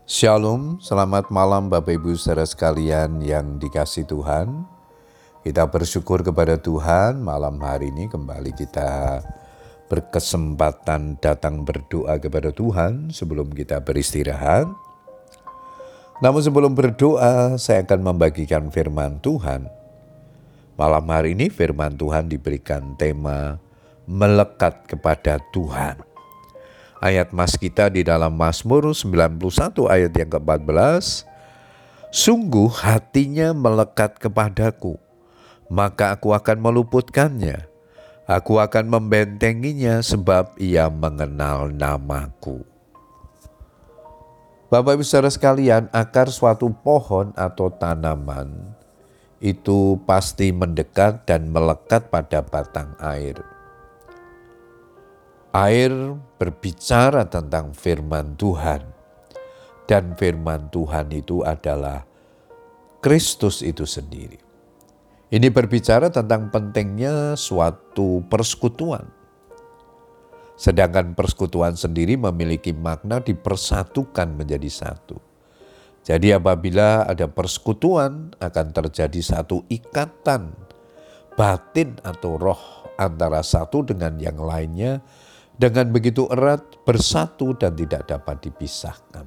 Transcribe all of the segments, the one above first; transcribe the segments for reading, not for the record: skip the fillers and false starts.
Shalom, selamat malam Bapak Ibu saudara sekalian yang dikasihi Tuhan. Kita bersyukur kepada Tuhan malam hari ini kembali kita berkesempatan datang berdoa kepada Tuhan sebelum kita beristirahat. Namun sebelum berdoa saya akan membagikan firman Tuhan. Malam hari ini firman Tuhan diberikan tema melekat kepada Tuhan. Ayat mas kita di dalam Mazmur 91 ayat yang ke-14. Sungguh hatinya melekat kepadaku, maka aku akan meluputkannya. Aku akan membentenginya sebab ia mengenal namaku. Bapak Ibu saudara sekalian, akar suatu pohon atau tanaman itu pasti mendekat dan melekat pada batang air. Air berbicara tentang firman Tuhan, dan firman Tuhan itu adalah Kristus itu sendiri. Ini berbicara tentang pentingnya suatu persekutuan. Sedangkan persekutuan sendiri memiliki makna dipersatukan menjadi satu. Jadi apabila ada persekutuan akan terjadi satu ikatan batin atau roh antara satu dengan yang lainnya dengan begitu erat bersatu dan tidak dapat dipisahkan.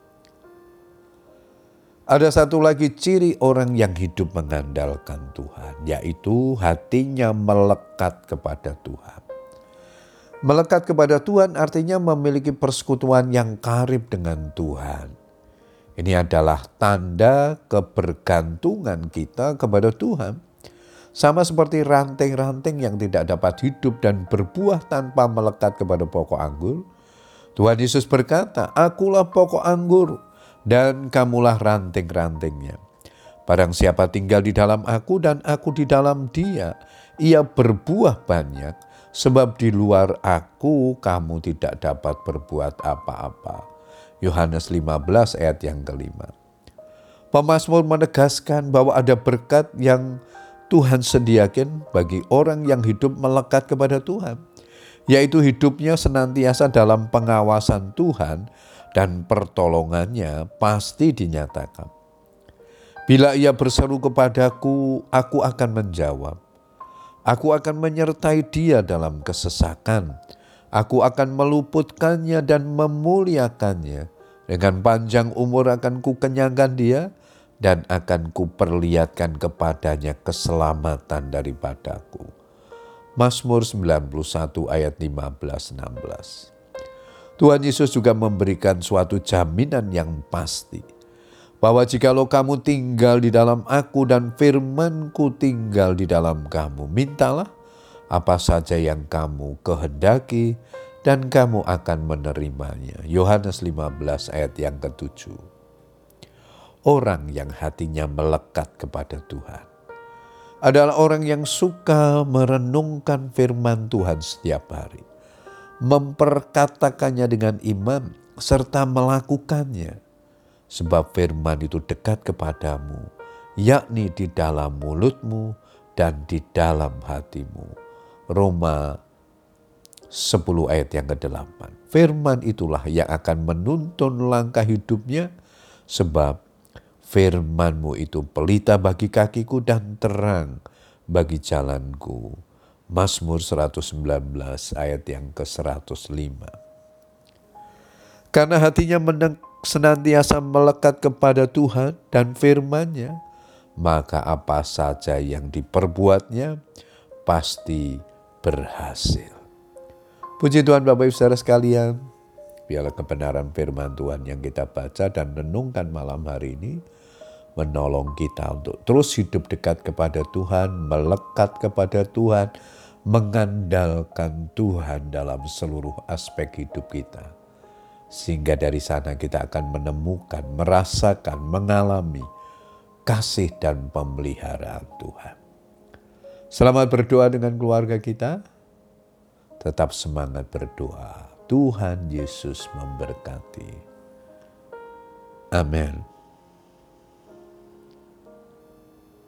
Ada satu lagi ciri orang yang hidup mengandalkan Tuhan, yaitu hatinya melekat kepada Tuhan. Melekat kepada Tuhan artinya memiliki persekutuan yang karib dengan Tuhan. Ini adalah tanda kebergantungan kita kepada Tuhan. Sama seperti ranting-ranting yang tidak dapat hidup dan berbuah tanpa melekat kepada pokok anggur. Tuhan Yesus berkata, "Akulah pokok anggur dan kamulah ranting-rantingnya. Barang siapa tinggal di dalam aku dan aku di dalam dia, ia berbuah banyak, sebab di luar aku kamu tidak dapat berbuat apa-apa." Yohanes 15 ayat yang kelima. Pemazmur menegaskan bahwa ada berkat yang Tuhan sediakan bagi orang yang hidup melekat kepada Tuhan, yaitu hidupnya senantiasa dalam pengawasan Tuhan dan pertolongannya pasti dinyatakan. Bila ia berseru kepadaku, aku akan menjawab. Aku akan menyertai dia dalam kesesakan. Aku akan meluputkannya dan memuliakannya. Dengan panjang umur akan kukenyangkan dia dan akan kuperlihatkan kepadanya keselamatan daripadaku. Mazmur 91 ayat 15-16. Tuhan Yesus juga memberikan suatu jaminan yang pasti, bahwa jikalau kamu tinggal di dalam aku dan firman-Ku tinggal di dalam kamu, mintalah apa saja yang kamu kehendaki dan kamu akan menerimanya. Yohanes 15 ayat yang ke-7. Orang yang hatinya melekat kepada Tuhan adalah orang yang suka merenungkan firman Tuhan setiap hari, memperkatakannya dengan iman serta melakukannya. Sebab firman itu dekat kepadamu, yakni di dalam mulutmu dan di dalam hatimu. Roma 10 ayat yang ke-8. Firman itulah yang akan menuntun langkah hidupnya, sebab firman-Mu itu pelita bagi kakiku dan terang bagi jalanku. Mazmur 119 ayat yang ke-105. Karena hatinya senantiasa melekat kepada Tuhan dan firman-Nya, maka apa saja yang diperbuatnya pasti berhasil. Puji Tuhan Bapak Ibu saudara sekalian, biarlah kebenaran firman Tuhan yang kita baca dan renungkan malam hari ini menolong kita untuk terus hidup dekat kepada Tuhan, melekat kepada Tuhan, mengandalkan Tuhan dalam seluruh aspek hidup kita. Sehingga dari sana kita akan menemukan, merasakan, mengalami kasih dan pemeliharaan Tuhan. Selamat berdoa dengan keluarga kita. Tetap semangat berdoa. Tuhan Yesus memberkati. Amin.